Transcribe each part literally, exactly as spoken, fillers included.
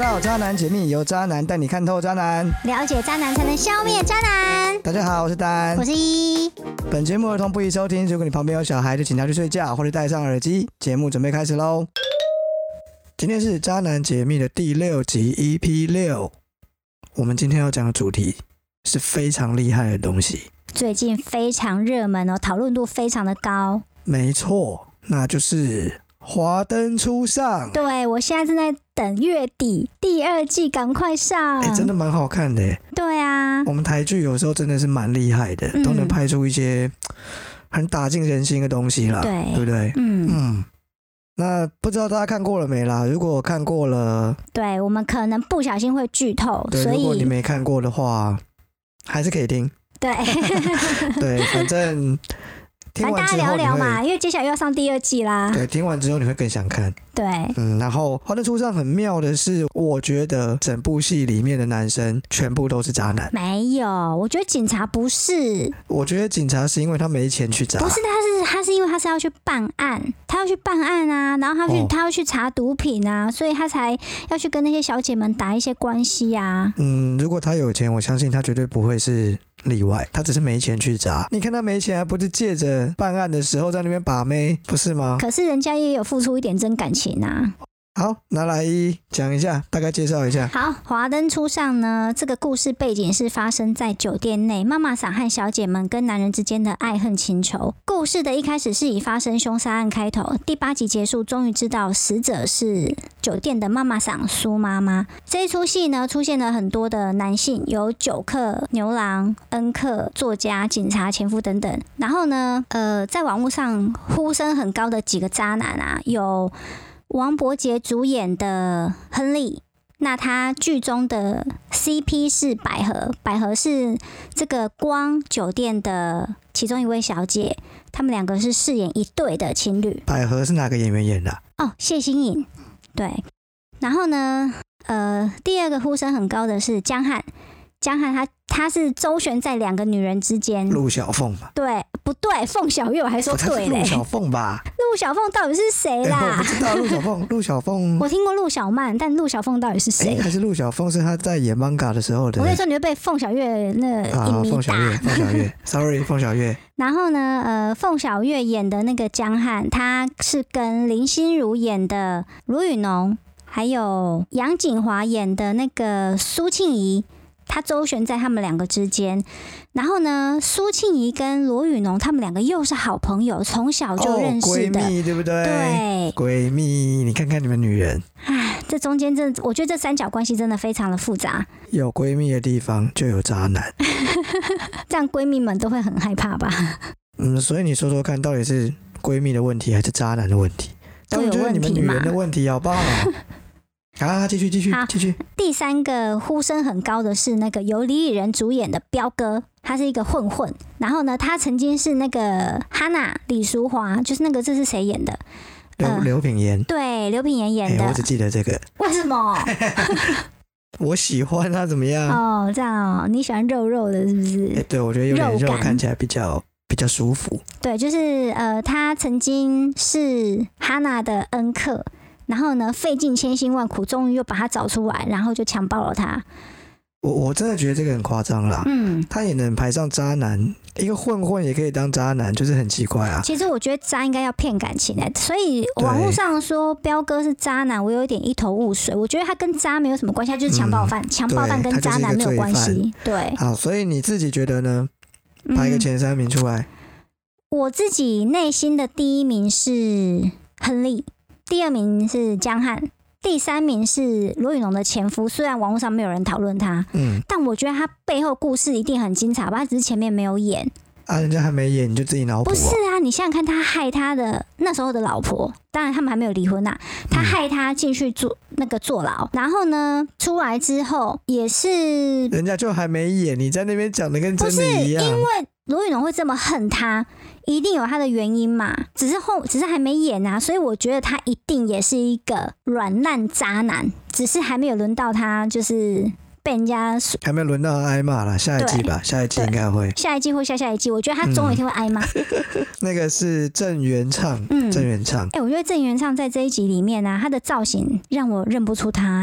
到渣男解密，由渣男带你看透渣男， 了解渣男才能消灭渣男。 大家好，我是丹， 我是一。 本节目儿童不宜收听，如果你旁边有小孩，就请他去睡觉或者戴上耳机。节目准备开始喽。今天是渣男解密的第六集 E P 六，我们今天要讲的主题是非常厉害的东西， 最近非常热门哦，讨论度非常的高。 没错，那就是华灯初上。 对，我现在正在等月底第二季，赶快上。 哎、欸，真的蛮好看的。 对啊， 我们台剧有时候真的是蛮厉害的、嗯，都能拍出一些很打进人心的东西啦， 对， 对不对？嗯嗯。那不知道大家看过了没啦？如果看过了， 对，我们可能不小心会剧透， 对， 所以如果你没看过的话，还是可以听。 对， 对，反正。听完之后大家聊聊嘛，因为接下来又要上第二季啦。 对，听完之后你会更想看。 对， 嗯，然后《华灯初上》很妙的是，我觉得整部戏里面的男生全部都是渣男。 没有，我觉得警察不是。 我觉得警察是因为他没钱去查。 不是，他是他是因为他是要去办案，他要去办案啊，然后他去、哦、他要去查毒品啊，所以他才要去跟那些小姐们打一些关系啊。 嗯，如果他有钱，我相信他绝对不会是例外，他只是没钱去查。你看他没钱，还不是借着办案的时候在那边把妹，不是吗？ 可是人家也有付出一点真感情啊。 好，拿来讲一下，大概介绍一下。 好，华灯初上呢，这个故事背景是发生在酒店内，妈妈桑和小姐们跟男人之间的爱恨情仇。故事的一开始是以发生凶杀案开头，第八集结束，终于知道死者是酒店的妈妈桑苏妈妈。这一出戏呢，出现了很多的男性，有酒客、牛郎、恩客、作家、警察、前夫等等。然后呢，呃，在网络上呼声很高的几个渣男啊，有王柏杰主演的亨利，那他剧中的 C P 是百合，百合是这个光酒店的其中一位小姐，他们两个是饰演一对的情侣。 百合是哪个演员演的、啊？ 哦，谢欣颖。对，然后呢，呃，第二个呼声很高的是江汉，江汉他他是周旋在两个女人之间。 陆小凤吧？ 对，不对，凤小岳，我还说对嘞。 陆小凤吧？ 陆小凤到底是谁啦？ 欸、我不知道陆小凤，陆小凤， 我听过陆小曼，但陆小凤到底是谁？ 欸、还是陆小凤是他在演 manga 的时候的？ 我跟你说，你会被凤小岳那影迷打。 凤小岳，凤小岳，sorry， 凤小岳。 然后呢，呃，凤小岳演的那个江汉，他是跟林心如演的卢雨农，还有杨谨华演的那个苏庆仪。他周旋在他们两个之间，然后呢，苏庆仪跟罗雨农他们两个又是好朋友，从小就认识的， 哦、闺蜜对不对？ 对， 闺蜜，你看看你们女人， 唉，这中间真的，我觉得这三角关系真的非常的复杂。 有闺蜜的地方就有渣男， 这样闺蜜们都会很害怕吧？ 嗯，所以你说说看，到底是闺蜜的问题还是渣男的问题？ 都有问题嘛？ 我觉得你们女人的问题好不好？啊，继续继续继续。 第三个呼声很高的是那个由李李仁主演的彪哥，他是一个混混。然后呢，他曾经是那个哈娜李淑华，就是那个这是谁演的？ 刘、呃、刘品言。 对，刘品言演的、 欸。我只记得这个。 为什么？ 我喜欢他怎么样？ 哦，这样哦，你喜欢肉肉的，是不是？ 欸、对，我觉得有点肉，看起来比较比较舒服。对， 就是呃，他曾经是哈娜的恩客。然后呢，费尽千辛万苦，终于又把他找出来，然后就强暴了他。 我我真的觉得这个很夸张啦。嗯，他也能排上渣男，一个混混也可以当渣男，就是很奇怪啊。 其实我觉得渣应该要骗感情的，所以网络上说彪哥是渣男，我有一点一头雾水。我觉得他跟渣没有什么关系，他就是强暴犯，强、嗯、暴犯跟渣男没有关系。对， 好，所以你自己觉得呢？排个前三名出来。嗯、 我自己内心的第一名是亨利。第二名是江汉，第三名是罗雨农的前夫。虽然网络上没有人讨论他，嗯，但我觉得他背后故事一定很精彩吧？他只是前面没有演啊，人家还没演你就自己脑补、啊？ 不是啊，你想想看，他害他的那时候的老婆，当然他们还没有离婚呐、啊。他害他进去坐那个坐牢，然后呢，出来之后也是人家就还没演，你在那边讲的跟真的一样。 不是因为罗雨农会这么恨他。一定有他的原因嘛，只是后只是还没演啊，所以我觉得他一定也是一个软烂渣男，只是还没有轮到他，就是被人家还没有轮到他挨骂啦，下一季吧，下一季应该会， 下一季或下下一季，我觉得他总有一天会挨骂。 嗯、那个是郑元畅，嗯，郑元畅， 哎、欸，我觉得郑元畅在这一集里面啊，他的造型让我认不出他、欸，哎。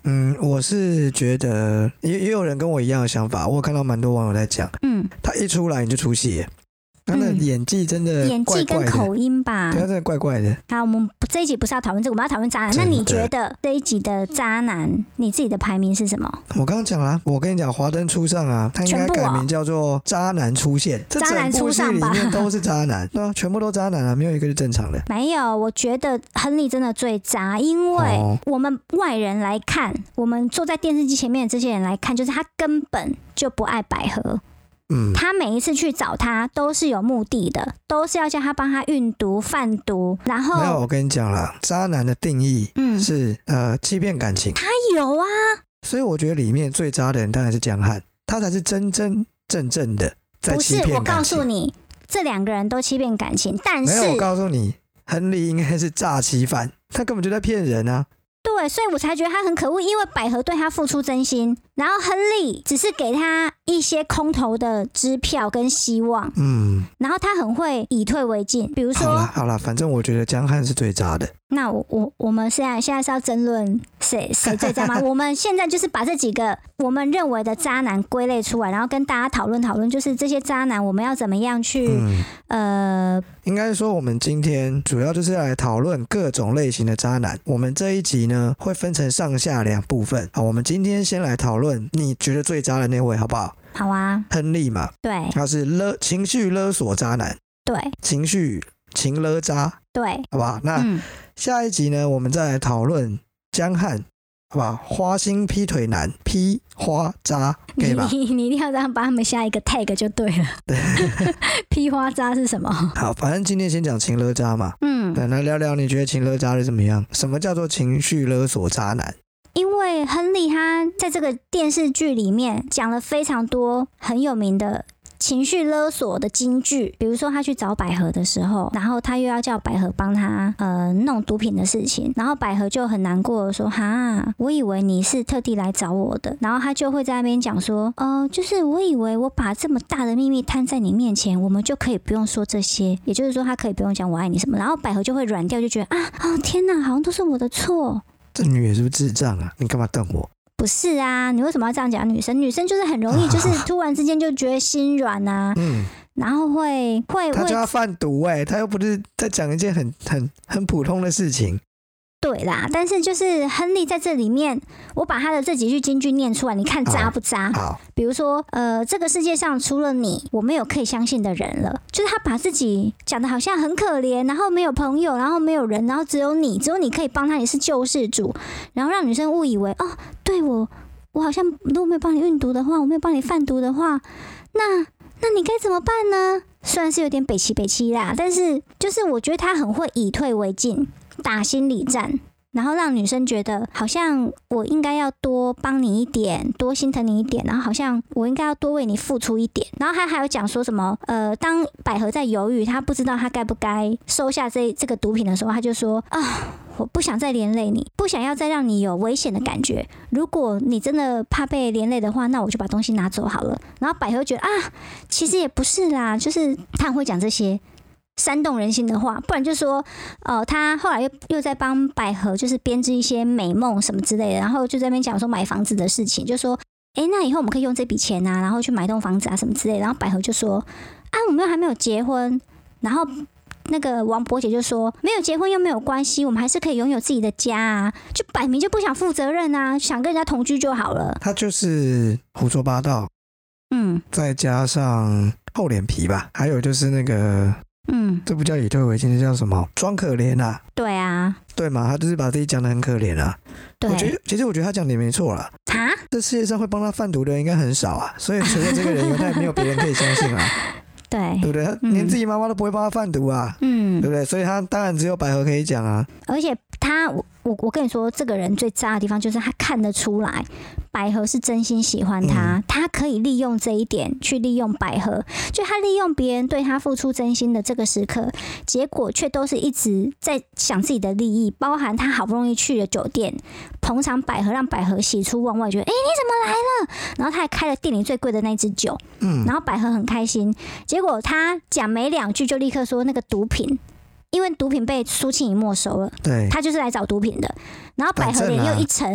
嗯，我是觉得也也有人跟我一样的想法，我有看到蛮多网友在讲，嗯，他一出来你就出戏耶，他的演技真的演技跟口音吧， 对，他真的怪怪的。 好，我们这一集不是要讨论这个，我们要讨论渣男。那你觉得这一集的渣男，你自己的排名是什么？ 我刚刚讲了，我跟你讲，华灯初上啊，他应该改名叫做渣男出现。这整部戏里面都是渣男，对啊，全部都渣男啊，没有一个是正常的。 没有，我觉得亨利真的最渣，因为我们外人来看，我们坐在电视机前面的这些人来看，就是他根本就不爱百合。嗯、他每一次去找他都是有目的的，都是要叫他帮他运毒贩毒，然后没有，我跟你讲啦，渣男的定义是、嗯、呃欺骗感情， 他有啊， 所以我觉得里面最渣的人当然是江汉，他才是真真正正的在欺骗感情。不是，我告诉你，这两个人都欺骗感情，但是没有，我告诉你，亨利应该是诈欺犯，他根本就在骗人啊。 对，所以我才觉得他很可恶，因为百合对他付出真心，然后亨利只是给他一些空头的支票跟希望，嗯，然后他很会以退为进，比如说， 好了好了，反正我觉得江汉是最渣的。 那我我我们现在现在是要争论谁谁最渣吗？我们现在就是把这几个我们认为的渣男归类出来，然后跟大家讨论讨论，就是这些渣男我们要怎么样去、嗯、呃， 应该说我们今天主要就是来讨论各种类型的渣男。我们这一集呢会分成上下两部分。好，我们今天先来讨论你觉得最渣的那位，好不好？ 好啊， 亨利嘛， 对， 他是勒情绪勒索渣男， 对， 情绪情勒渣， 对， 好不好？那、嗯、下一集呢，我们再来讨论江汉，好不好？花心劈腿男，劈花渣，可以吧？ 你你一定要这样帮他们下一个 tag 就对了。对，劈花渣是什么？ 好，反正今天先讲情勒渣嘛。嗯，对，来聊聊你觉得情勒渣是怎么样？什么叫做情绪勒索渣男？ 因为亨利他在这个电视剧里面讲了非常多很有名的情绪勒索的金句，比如说他去找百合的时候，然后他又要叫百合帮他呃弄毒品的事情，然后百合就很难过的说，哈，我以为你是特地来找我的，然后他就会在那边讲说，呃，就是我以为我把这么大的秘密摊在你面前，我们就可以不用说这些，也就是说他可以不用讲我爱你什么，然后百合就会软掉，就觉得啊，哦天哪，好像都是我的错。 这女人是不是智障啊？你干嘛瞪我？ 不是啊，你为什么要这样讲女生？女生就是很容易，就是突然之间就觉得心软啊，嗯，然后会会他就要贩毒哎、欸，他又不是在讲一件很很很普通的事情。 对啦，但是就是亨利在这里面，我把他的这几句金句念出来，你看渣不渣？好，比如说，呃，这个世界上除了你，我没有可以相信的人了。就是他把自己讲的好像很可怜，然后没有朋友，然后没有人，然后只有你，只有你可以帮他，你是救世主，然后让女生误以为，哦，对我，我好像如果没有帮你运毒的话，我没有帮你贩毒的话，那那你该怎么办呢？虽然是有点北七北七啦，但是就是我觉得他很会以退为进。打心理战，然后让女生觉得好像我应该要多帮你一点，多心疼你一点，然后好像我应该要多为你付出一点。然后他还有讲说什么，呃，当百合在犹豫，他不知道他该不该收下这这个毒品的时候，他就说啊，我不想再连累你，不想要再让你有危险的感觉。如果你真的怕被连累的话，那我就把东西拿走好了。然后百合觉得啊，其实也不是啦，就是他很会讲这些煽动人心的话，不然就说，呃，他后来又又在帮百合就是编织一些美梦什么之类的，然后就在那边讲说买房子的事情，就说，哎，那以后我们可以用这笔钱啊，然后去买栋房子啊什么之类的。然后百合就说，啊，我们还没有结婚。然后那个王伯姐就说，没有结婚又没有关系，我们还是可以拥有自己的家啊，就摆明就不想负责任啊，想跟人家同居就好了。 他就是胡说八道，嗯，再加上厚脸皮吧，还有就是那个。嗯，这不叫以退为进，这叫什么？装可怜啊！ 对啊， 对嘛，他就是把自己讲得很可怜啊。对，我觉得其实我觉得他讲的也没错啦。啊，这世界上会帮他贩毒的人应该很少啊，所以除了这个人以外，他也没有别人可以相信啊。对，对不对？嗯、连自己妈妈都不会帮他贩毒啊，嗯，对不对？所以他当然只有百合可以讲啊。 而且他，我我跟你说，这个人最渣的地方就是他看得出来，百合是真心喜欢他，嗯、他可以利用这一点去利用百合，就他利用别人对他付出真心的这个时刻，结果却都是一直在想自己的利益，包含他好不容易去了酒店捧场百合，让百合喜出望外，觉得哎、欸、你怎么来了？然后他还开了店里最贵的那支酒，嗯，然后百合很开心，结果他讲没两句就立刻说那个毒品。因为毒品被苏庆怡没收了，对，他就是来找毒品的。然后百合脸又一沉，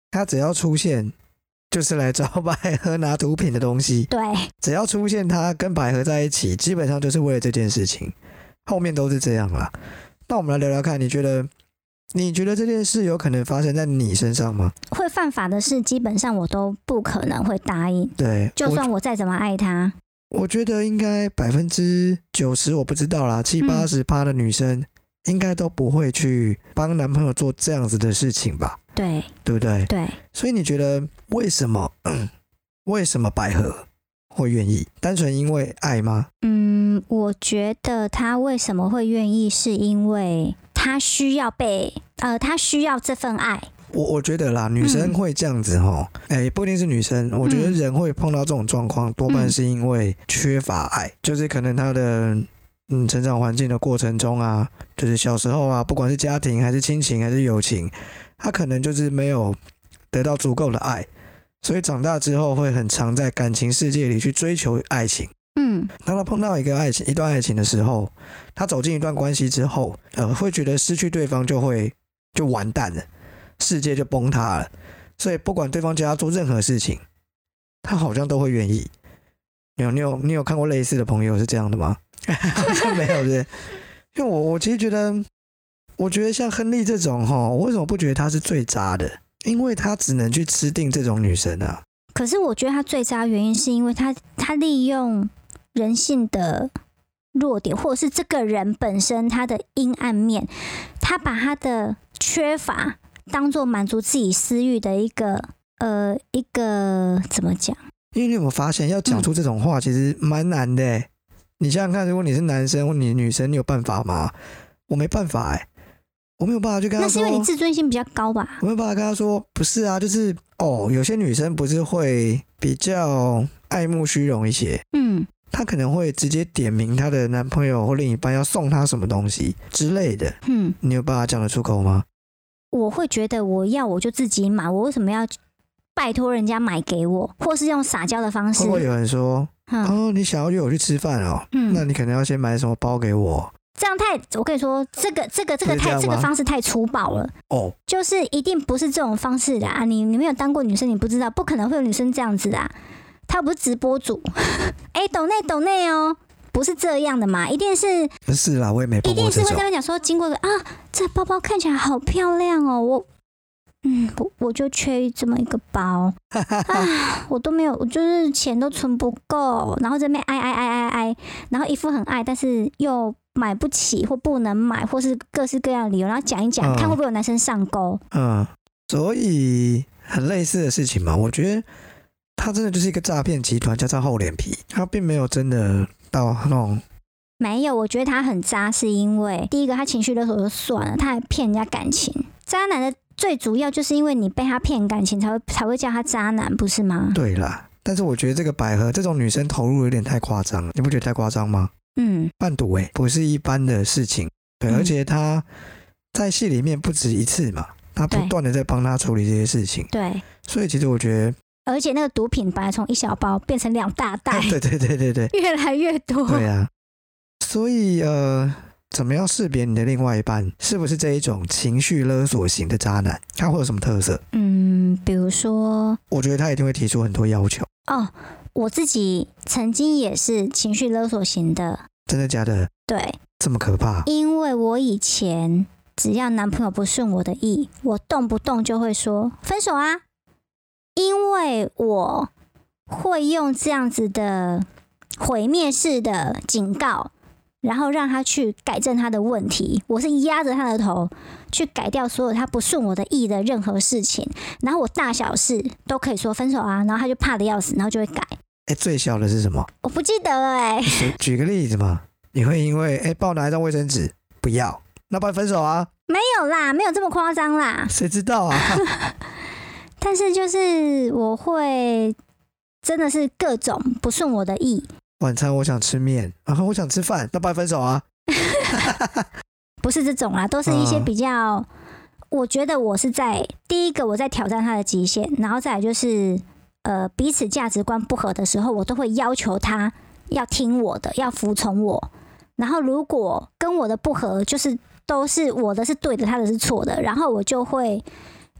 他只要出现就是来找百合拿毒品的东西。 对， 只要出现他跟百合在一起，基本上就是为了这件事情，后面都是这样啦。那我们来聊聊看，你觉得你觉得这件事有可能发生在你身上吗？ 会犯法的事基本上我都不可能会答应。 对， 就算我再怎么爱他， 我, 我觉得应该百分之九十我不知道啦，七八十趴的女生应该都不会去帮男朋友做这样子的事情吧？ 对， 对不对？ 对。 所以你觉得为什么、嗯、为什么百合会愿意？单纯因为爱吗？ 嗯，我觉得他为什么会愿意，是因为他需要被呃，他需要这份爱。 我我觉得啦，女生会这样子齁，哎、欸，不一定是女生，我觉得人会碰到这种状况，多半是因为缺乏爱，就是可能他的嗯成长环境的过程中啊，就是小时候啊，不管是家庭还是亲情还是友情，他可能就是没有得到足够的爱，所以长大之后会很常在感情世界里去追求爱情。 嗯， 当他碰到一个爱情、一段爱情的时候，他走进一段关系之后，呃，会觉得失去对方就会就完蛋了，世界就崩塌了。所以不管对方叫他做任何事情，他好像都会愿意。你有你有你有看过类似的朋友是这样的吗？好像没有，是不是？因为我我其实觉得，我觉得像亨利这种齁，我为什么不觉得他是最渣的？因为他只能去吃定这种女生啊。 可是我觉得他最渣的原因是因为他他利用人性的弱点，或者是这个人本身他的阴暗面，他把他的缺乏当作满足自己私欲的一个呃一个怎么讲？ 因为你有没有发现，要讲出这种话其实蛮难的、欸。你想想看，如果你是男生或你女生，你有办法吗？我没办法哎、欸，我没有办法去跟他说。 那是因为你自尊心比较高吧？ 我没有办法跟他说，不是啊，就是哦，有些女生不是会比较爱慕虚荣一些，嗯。她可能会直接点名她的男朋友或另一半要送她什么东西之类的，嗯，你有办法讲得出口吗？ 我会觉得我要我就自己买，我为什么要拜托人家买给我，或是用撒娇的方式？ 会不会有人说，嗯、哦，你想要约我去吃饭哦、嗯，那你可能要先买什么包给我？ 这样太，我跟你说，这个这个这个太这, 这个方式太粗暴了哦，就是一定不是这种方式的啊！你你没有当过女生，你不知道，不可能会有女生这样子的、啊。他不是直播主，哎、欸，抖内抖内哦，不是这样的嘛，一定是不是啦，我也没碰过这种， 一定是会在那边讲说，经过的啊，这包包看起来好漂亮哦，我，嗯，我我就缺这么一个包，啊，我都没有，我就是钱都存不够，然后这边哀哀哀哀哀，然后一副很爱，但是又买不起或不能买，或是各式各样的理由，然后讲一讲、嗯，看会不会有男生上钩。 嗯，所以很类似的事情嘛，我觉得。他真的就是一个诈骗集团，加上厚脸皮，他并没有真的到那种。 没有，我觉得他很渣，是因为第一个他情绪勒索就算了，他还骗人家感情。渣男的最主要就是因为你被他骗感情，才会才会叫他渣男，不是吗？ 对啦，但是我觉得这个百合这种女生投入有点太夸张了，你不觉得太夸张吗？嗯，贩毒哎，不是一般的事情。对，嗯、而且他在戏里面不止一次嘛，他不断的在帮他处理这些事情。 对， 所以其实我觉得。 而且那个毒品本来从一小包变成两大袋， 对对对对对， 越来越多。 对啊，所以呃，怎么样识别你的另外一半是不是这一种情绪勒索型的渣男？他会有什么特色？ 嗯，比如说， 我觉得他一定会提出很多要求。 哦，我自己曾经也是情绪勒索型的。 真的假的？ 对， 这么可怕？ 因为我以前只要男朋友不顺我的意，我动不动就会说分手啊。因为我会用这样子的毁灭式的警告，然后让他去改正他的问题。我是压着他的头去改掉所有他不顺我的意的任何事情，然后我大小事都可以说分手啊，然后他就怕得要死，然后就会改。 哎、欸，最小的是什么？ 我不记得了哎、 欸。举个例子嘛，你会因为哎、欸、帮我拿一张卫生纸，不要，那不然分手啊？ 没有啦，没有这么夸张啦。 谁知道啊？ 但是就是我会真的是各种不顺我的意。 晚餐我想吃面，然后我想吃饭，那不然分手啊？ 不是这种啦，都是一些比较、嗯、我觉得我是在第一个我在挑战他的极限，然后再来就是呃彼此价值观不合的时候，我都会要求他要听我的，要服从我。然后如果跟我的不合，就是都是我的是对的，他的是错的，然后我就会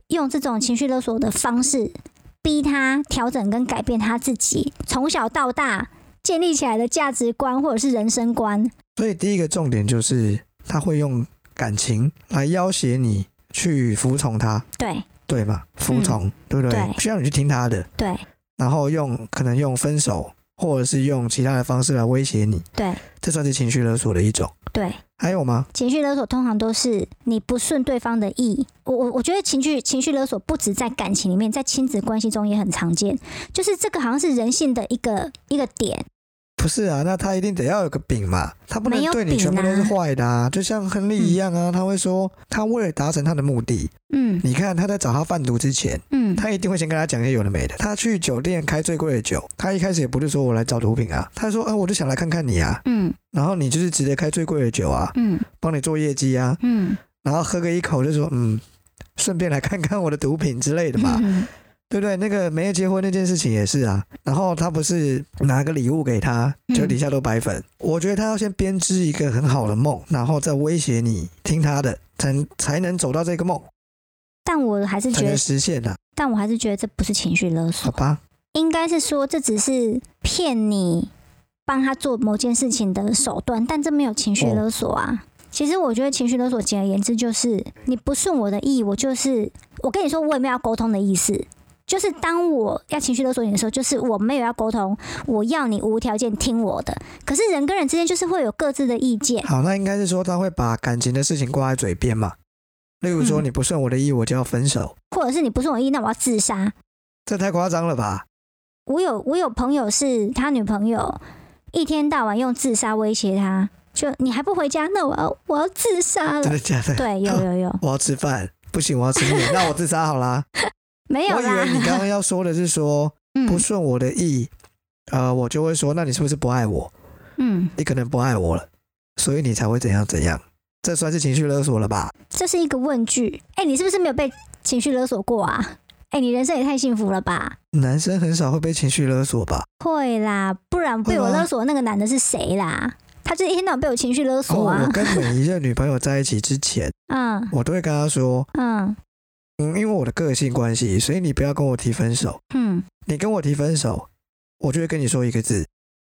用这种情绪勒索的方式逼他调整跟改变他自己从小到大建立起来的价值观或者是人生观。 所以第一个重点就是他会用感情来要挟你去服从他， 对对吧？服从、嗯、对不对？ 对， 需要你去听他的， 对， 然后用可能用分手或者是用其他的方式来威胁你， 对， 这算是情绪勒索的一种。 对， 还有吗？ 情绪勒索通常都是你不顺对方的意。我我我觉得情绪情绪勒索不止在感情里面，在亲子关系中也很常见。就是这个好像是人性的一个一个点。 不是啊，那他一定得要有个饼嘛，他不能对你全部都是坏的啊。就像亨利一样啊，嗯、他会说他为了达成他的目的，嗯，你看他在找他贩毒之前，嗯，他一定会先跟他讲一些有的没的。他去酒店开最贵的酒，他一开始也不是说我来找毒品啊，他说啊，我就想来看看你啊，嗯，然后你就是直接开最贵的酒啊，嗯，帮你做业绩啊，嗯，然后喝个一口就说嗯，顺便来看看我的毒品之类的吧。嗯，对不对？那个没有结婚那件事情也是啊，然后他不是拿个礼物给他，就底下都白粉、嗯、我觉得他要先编织一个很好的梦，然后再威胁你听他的，才才能走到这个梦。 但我还是觉得才能实现啊， 但我还是觉得这不是情绪勒索， 好吧？ 应该是说这只是骗你帮他做某件事情的手段，但这没有情绪勒索啊、哦。其实我觉得情绪勒索简而言之就是你不顺我的意，我就是我跟你说我也没有要沟通的意思，就是当我要情绪勒索你的时候，就是我没有要沟通，我要你无条件听我的。可是人跟人之间就是会有各自的意见。 好，那应该是说他会把感情的事情挂在嘴边嘛，例如说你不顺我的意我就要分手、 嗯、或者是你不顺我的意那我要自杀， 这太夸张了吧。 我有我有朋友是他女朋友一天到晚用自杀威胁他，就你还不回家，那我要我要自杀了。 真的假的？ 对，有有有。 我要吃饭，不行，我要吃面，那我自杀好啦。 没有啦。 我以为你刚刚要说的是说不顺我的意、嗯，呃，我就会说，那你是不是不爱我？嗯，你可能不爱我了，所以你才会怎样怎样。这算是情绪勒索了吧？ 这是一个问句。哎、欸，你是不是没有被情绪勒索过啊？哎、欸，你人生也太幸福了吧？ 男生很少会被情绪勒索吧？ 会啦，不然被我勒索的那个男的是谁啦？他就一天到晚被我情绪勒索啊！ 哦、我跟每一任女朋友在一起之前，嗯，我都会跟她说，嗯嗯，因为我的个性关系，所以你不要跟我提分手。嗯，你跟我提分手，我就会跟你说一个字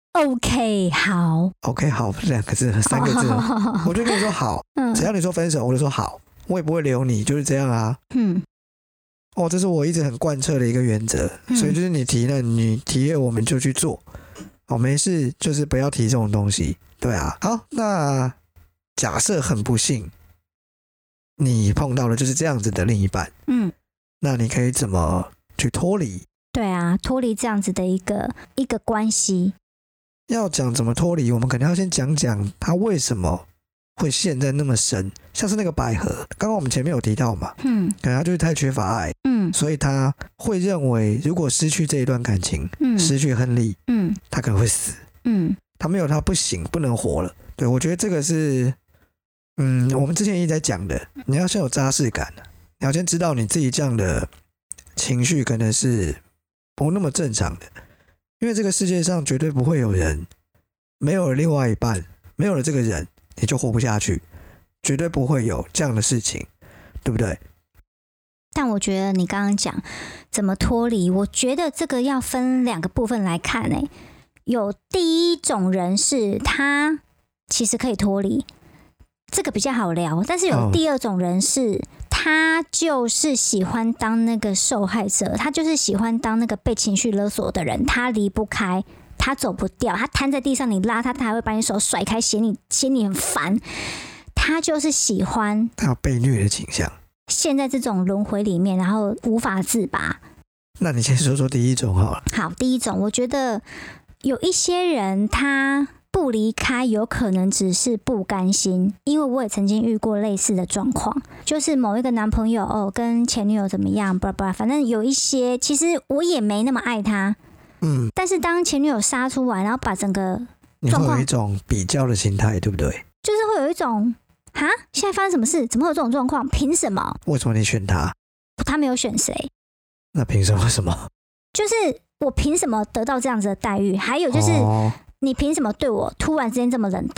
，OK， 好 ，OK， 好，两个字，三个字，哦、我就跟你说好，嗯，只要你说分手，我就说好，我也不会留你，就是这样啊。嗯，哦，这是我一直很贯彻的一个原则，嗯、所以就是你提了，你提了我们就去做。哦，没事，就是不要提这种东西。对啊，好，那假设很不幸，你碰到了就是这样子的另一半，嗯，那你可以怎么去脱离？ 对啊，脱离这样子的一个一个关系。 要讲怎么脱离，我们可能要先讲讲他为什么会陷在那么深，像是那个百合，刚刚我们前面有提到嘛，嗯，可能他就是太缺乏爱，嗯，所以他会认为如果失去这一段感情，嗯，失去亨利，嗯，他可能会死，嗯，他没有他不行，不能活了。对，我觉得这个是，嗯，我们之前一直在讲的，你要先有扎实感，你要先知道你自己这样的情绪可能是不那么正常的，因为这个世界上绝对不会有人没有了另外一半，没有了这个人你就活不下去，绝对不会有这样的事情，对不对？ 但我觉得你刚刚讲怎么脱离，我觉得这个要分两个部分来看、欸、有第一种人是他其实可以脱离，这个比较好聊，但是有第二种人是、哦、他就是喜欢当那个受害者，他就是喜欢当那个被情绪勒索的人，他离不开，他走不掉，他瘫在地上你拉他，他还会把你手甩开，嫌你嫌你很烦，他就是喜欢， 他有被虐的倾向， 陷在这种轮回里面，然后无法自拔。 那你先说说第一种好了。 好，第一种，我觉得有一些人他不离开，有可能只是不甘心，因为我也曾经遇过类似的状况，就是某一个男朋友哦跟前女友怎么样，巴拉巴拉，反正有一些，其实我也没那么爱他，嗯，但是当前女友杀出来，然后把整个状况， 你会有一种比较的心态，对不对？ 就是会有一种，哈，现在发生什么事？怎么会有这种状况？凭什么？ 为什么你选他？ 他没有选谁？ 那凭什么？什么？ 就是我凭什么得到这样子的待遇？还有就是。哦，你凭什么对我突然之间这么冷淡？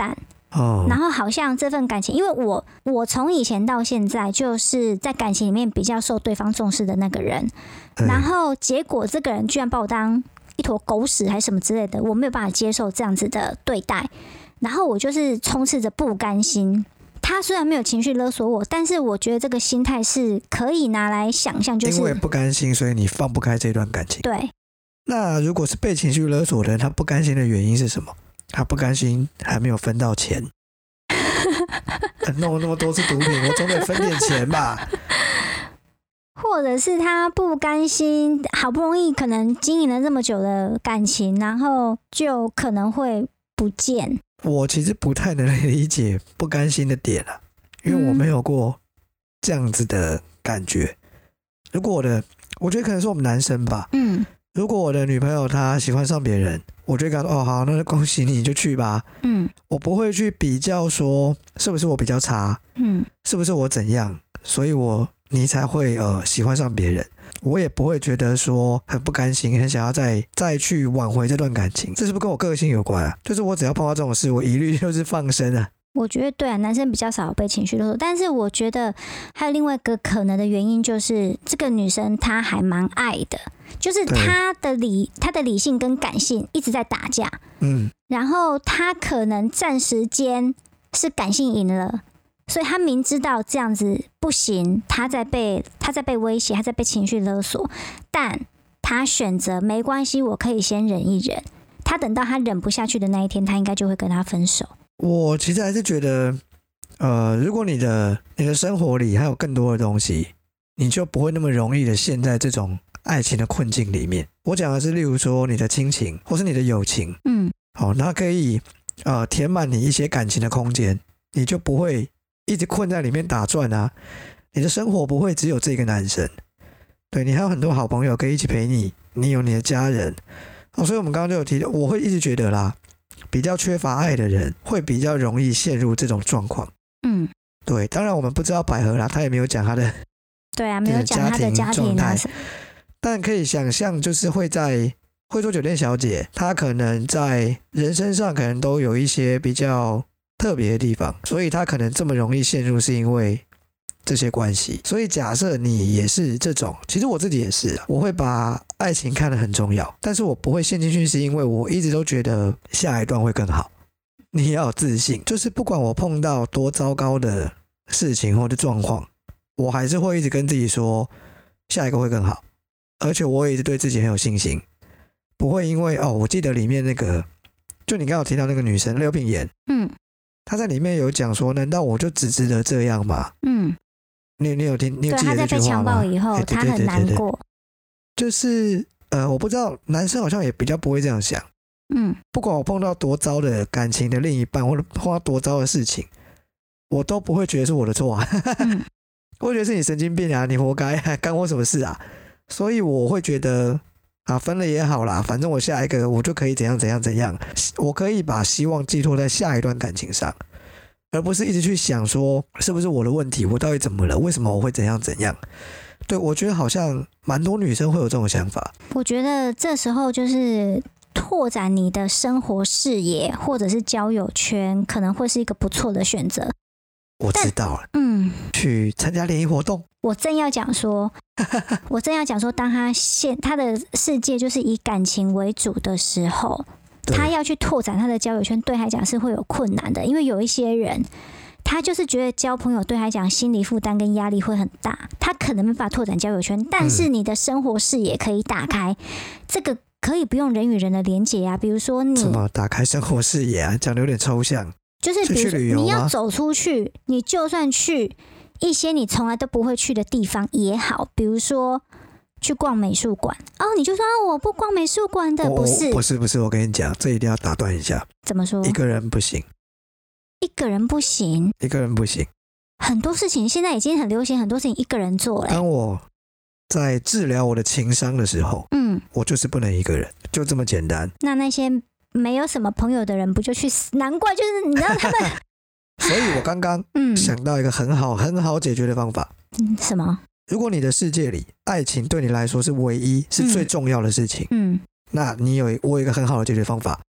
哦， 然后好像这份感情，因为我我从以前到现在就是在感情里面比较受对方重视的那个人，然后结果这个人居然把我当一坨狗屎还是什么之类的，我没有办法接受这样子的对待，然后我就是充斥着不甘心。他虽然没有情绪勒索我，但是我觉得这个心态是可以拿来想象，就是因为不甘心，所以你放不开这段感情。 对。 那如果是被情绪勒索的人，他不甘心的原因是什么？他不甘心还没有分到钱，弄了那么多次毒品，我总得分点钱吧。 或者是他不甘心，好不容易可能经营了这么久的感情，然后就可能会不见。 我其实不太能理解不甘心的点啊，因为我没有过这样子的感觉。如果我的，我觉得可能是我们男生吧， 嗯， 如果我的女朋友她喜欢上别人，我就跟她说哦好，那就恭喜你，你就去吧。 嗯， 我不会去比较说是不是我比较差， 嗯， 是不是我怎样，所以我你才会呃喜欢上别人。我也不会觉得说很不甘心，很想要再再去挽回这段感情。这是不是跟我个性有关啊？就是我只要碰到这种事，我一律就是放生啊。 我觉得对啊，男生比较少被情绪勒索，但是我觉得还有另外一个可能的原因，就是这个女生她还蛮爱的，就是她的理她的理性跟感性一直在打架， 嗯， 然后她可能暂时间是感性赢了，所以她明知道这样子不行，她在被她在被威胁，她在被情绪勒索，但她选择没关系，我可以先忍一忍，她等到她忍不下去的那一天，她应该就会跟他分手。 我其实还是觉得，呃，如果你的你的生活里还有更多的东西，你就不会那么容易的陷在这种爱情的困境里面。我讲的是，例如说你的亲情或是你的友情， 嗯， 好，那可以呃填满你一些感情的空间，你就不会一直困在里面打转啊。你的生活不会只有这个男生，对，你还有很多好朋友可以一起陪你，你有你的家人。哦，所以我们刚刚就有提到，我会一直觉得啦。比较缺乏爱的人会比较容易陷入这种状况。 嗯， 对，当然我们不知道百合啦，他也没有讲他的， 对啊，没有讲他的家庭啊， 但可以想象，就是会在会做酒店小姐，她可能在人生上可能都有一些比较特别的地方，所以她可能这么容易陷入，是因为这些关系。所以假设你也是这种，其实我自己也是啊，我会把爱情看得很重要，但是我不会陷进去，是因为我一直都觉得下一段会更好。你要有自信，就是不管我碰到多糟糕的事情或者状况，我还是会一直跟自己说下一个会更好，而且我也一直对自己很有信心，不会因为哦，我记得里面那个，就你刚刚有提到那个女生刘品言， 嗯， 她在里面有讲说，难道我就只值得这样吗？嗯。你你有听？你有记得这句话吗？对，他在被强暴以后，欸、他很难过。 就是呃，我不知道，男生好像也比较不会这样想。嗯，不管我碰到多糟的感情的另一半，或者碰到多糟的事情，我都不会觉得是我的错啊。嗯、我会觉得是你神经病啊，你活该，干我什么事啊？所以我会觉得啊，分了也好啦，反正我下一个我就可以怎样怎样怎样，我可以把希望寄托在下一段感情上。而不是一直去想说是不是我的问题，我到底怎么了，为什么我会怎样怎样。对，我觉得好像蛮多女生会有这种想法。 我觉得这时候就是拓展你的生活视野或者是交友圈，可能会是一个不错的选择。 我知道了，嗯，去参加联谊活动。 我正要讲说我正要讲说当他现他的世界就是以感情为主的时候，他要去拓展他的交友圈，对他来讲是会有困难的，因为有一些人，他就是觉得交朋友对他来讲心理负担跟压力会很大，他可能没法拓展交友圈，但是你的生活视野可以打开，嗯、这个可以不用人与人的连结啊，比如说你怎么打开生活视野啊？讲的有点抽象， 就是比如说你要走出去，你就算去一些你从来都不会去的地方也好，比如说。去逛美术馆哦，你就说、啊、我不逛美术馆的，不是不是不是，我跟你讲，这一定要打断一下。 怎么说？ 一个人不行， 一个人不行， 一个人不行。 很多事情现在已经很流行，很多事情一个人做了。 当我在治疗我的情伤的时候，嗯，我就是不能一个人，就这么简单。 那那些没有什么朋友的人，不就去死？难怪就是你知道他们。 所以我刚刚想到一个很好很好解决的方法。 嗯，什么？ 如果你的世界里爱情对你来说是唯一是最重要的事情，嗯，那你有我有一个很好的解决方法，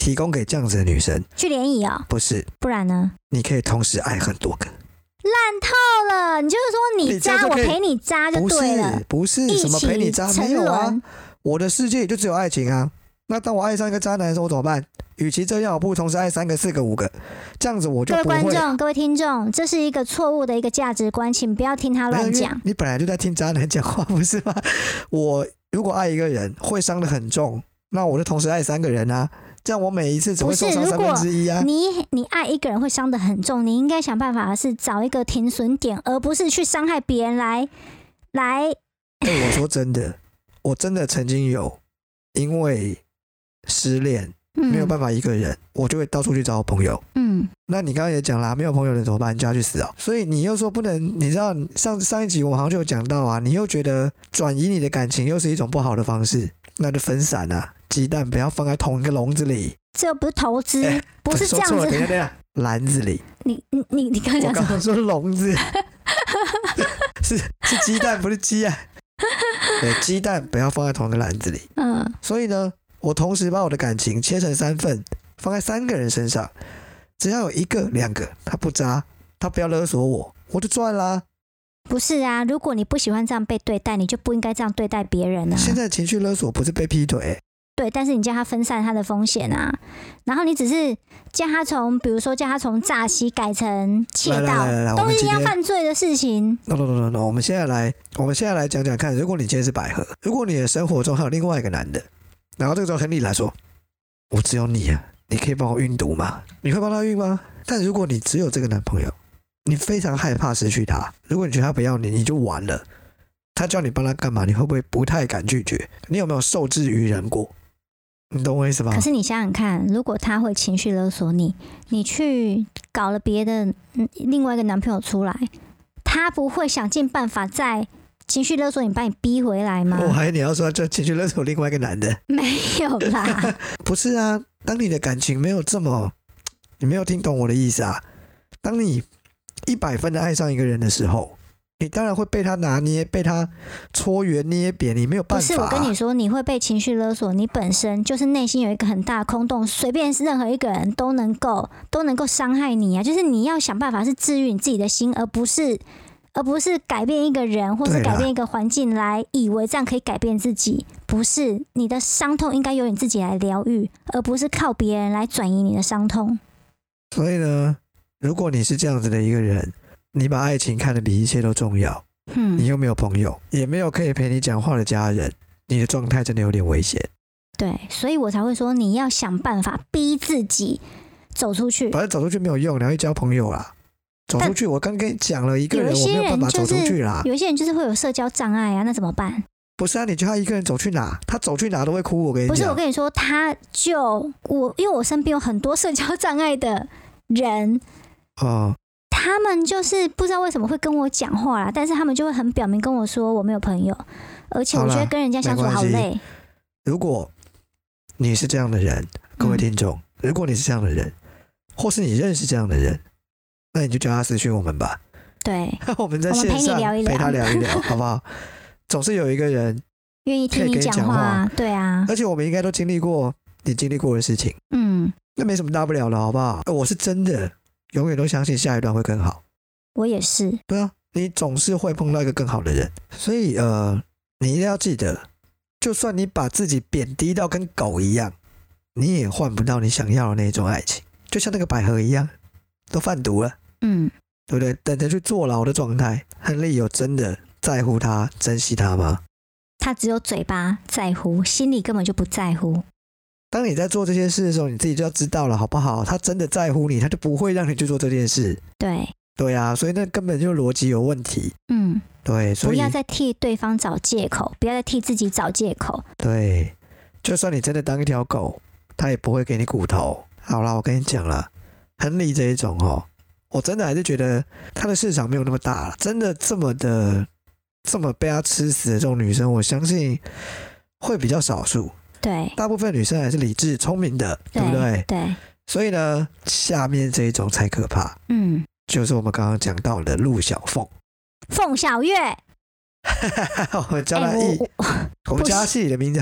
提供给这样子的女生去联谊哦？ 不是， 不然呢？ 你可以同时爱很多个。 烂透了！你就是说你渣，我陪你渣就对了。 不是，不是什么陪你渣，没有啊。我的世界也就只有爱情啊。那当我爱上一个渣男的时候，我怎么办？与其这样，我不如同时爱三个、四个、五个，这样子我就不会。 各位观众、各位听众，这是一个错误的一个价值观，请不要听他乱讲。 你本来就在听渣男讲话，不是吗？我如果爱一个人会伤得很重，那我就同时爱三个人啊。这样我每一次只会受伤三分之一啊！ 你你爱一个人会伤得很重，你应该想办法的是找一个停损点，而不是去伤害别人来来。 欸、我说真的，我真的曾经有因为失恋、嗯、没有办法一个人，我就会到处去找我朋友。嗯，那你刚刚也讲啦，没有朋友的怎么办？你就要去死哦。所以你又说不能，你知道上上一集我好像就有讲到啊，你又觉得转移你的感情又是一种不好的方式，那就分散啊。鸡蛋不要放在同一个笼子里， 这不是投资、欸，不是这样子。 等一下，等一下，篮子里。 你你你你刚刚讲什么？ 我刚刚说笼子，是是鸡蛋，不是鸡啊。对，鸡蛋不要放在同一个篮子里。嗯。所以呢，我同时把我的感情切成三份，放在三个人身上，只要有一个、两个他不渣，他不要勒索我，我就赚啦。 不是啊，如果你不喜欢这样被对待，你就不应该这样对待别人啊。 现在情绪勒索不是被劈腿、欸。 对，但是你叫他分散他的风险啊，然后你只是叫他从，比如说叫他从诈欺改成窃盗，都是一样犯罪的事情。 No no no no， 我们现在来，我们现在来讲讲看，如果你今天是百合，如果你的生活中还有另外一个男的，然后这个时候亨利来说，我只有你啊，你可以帮我运毒吗？你会帮他运吗？但如果你只有这个男朋友，你非常害怕失去他，如果你觉得他不要你，你就完了。他叫你帮他干嘛？你会不会不太敢拒绝？你有没有受制于人过？你懂我意思吗？ 可是你想想看，如果他会情绪勒索你，你去搞了别的另外一个男朋友出来，他不会想尽办法在情绪勒索你，把你逼回来吗？ 我还以为你要说就情绪勒索另外一个男的， 没有啦。 不是啊，当你的感情没有这么，你没有听懂我的意思啊。当你一百分的爱上一个人的时候，你当然会被他拿捏，被他搓圆捏扁，你没有办法、啊。 不是，我跟你说，你会被情绪勒索，你本身就是内心有一个很大的空洞，随便任何一个人都能够都能够伤害你啊！就是你要想办法是治愈你自己的心，而不是而不是改变一个人或是改变一个环境来以为这样可以改变自己。不是，你的伤痛应该由你自己来疗愈，而不是靠别人来转移你的伤痛。 所以呢，如果你是这样子的一个人，你把爱情看得比一切都重要，嗯，你又没有朋友，也没有可以陪你讲话的家人，你的状态真的有点危险。 对，所以我才会说你要想办法逼自己走出去。 反正走出去没有用，你要去交朋友啦。走出去，我刚跟你讲了，一个人我没有办法走出去啦。 有些人就是会有社交障碍啊，那怎么办？ 不是啊，你叫他一个人走去哪？他走去哪都会哭。我跟你讲， 不是，我跟你说，他就我，因为我身边有很多社交障碍的人，哦。他们就是不知道为什么会跟我讲话啦，但是他们就会很表明跟我说我没有朋友，而且我觉得跟人家相处好累。 如果你是这样的人，各位听众、嗯，如果你是这样的人，或是你认识这样的人，那你就叫他私讯我们吧。 对， 我们在线上陪他聊一聊，好不好？总是有一个人愿意听你讲话啊，对啊。 而且我们应该都经历过你经历过的事情，嗯，那没什么大不了的，好不好？我是真的。永远都相信下一段会更好。 我也是。 对啊，你总是会碰到一个更好的人，所以呃，你一定要记得，就算你把自己贬低到跟狗一样，你也换不到你想要的那种爱情。就像那个百合一样，都贩毒了，嗯，对不对？等着去坐牢的状态，亨利有真的在乎他、珍惜他吗？ 他只有嘴巴在乎，心里根本就不在乎。 当你在做这件事的时候，你自己就要知道了，好不好？他真的在乎你，他就不会让你去做这件事。 对， 对啊，所以那根本就逻辑有问题。嗯，对，所以不要再替对方找借口，不要再替自己找借口。 对，就算你真的当一条狗，他也不会给你骨头。好啦，我跟你讲啦，亨利这一种哦，我真的还是觉得他的市场没有那么大了。真的这么的这么被他吃死的这种女生，我相信会比较少数。 对， 大部分女生还是理智聪明的， 对, 对不对？ 对。 所以呢，下面这一种才可怕。嗯，就是我们刚刚讲到的陆小凤， 凤小月。 我们叫她一、欸，我, 我, 我们叫她戏里的名字好了。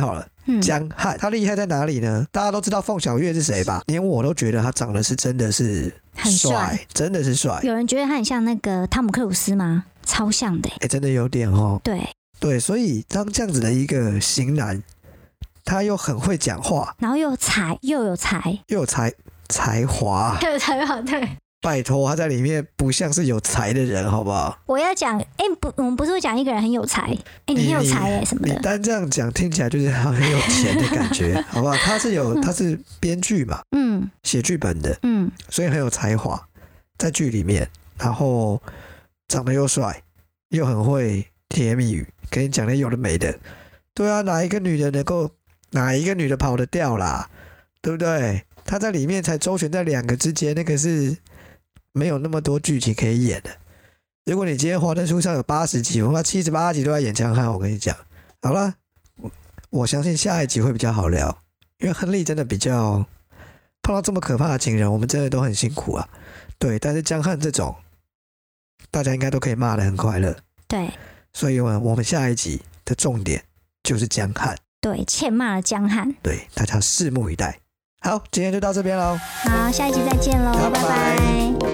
江汉，他厉害在哪里呢？大家都知道凤小岳是谁吧？连我都觉得他长得是真的是很帅， 真的是帅。 有人觉得他很像那个汤姆克鲁斯吗？超像的、欸， 哎、欸，真的有点哦。 对对，所以当这样子的一个型男，他又很会讲话， 然后又有才，又有才， 又有才才华， 又有才华，对。 拜托，他在里面不像是有才的人，好不好？ 我要讲，哎、欸，不，我们不是会讲一个人很有才，哎、欸，你很有才哎、欸，什么的。 你单这样讲，听起来就是他很有钱的感觉，好不好？他是有，他是编剧嘛，嗯，写剧本的，嗯，所以很有才华，在剧里面，然后长得又帅，又很会甜言蜜语，跟你讲的有的没的。对啊，哪一个女的能够，哪一个女的跑得掉啦？对不对？他在里面才周旋在两个之间，那个是没有那么多剧情可以演的。如果你今天华灯初上有八十集，我们七十八集都在演江汉，我跟你讲，好了，我我相信下一集会比较好聊，因为亨利真的比较碰到这么可怕的情人，我们真的都很辛苦啊。对，但是江汉这种，大家应该都可以骂得很快乐。 对， 所以我们下一集的重点就是江汉。 对，欠骂了江汉。 对，大家拭目以待。好，今天就到这边喽。 好，下一集再见喽，拜拜。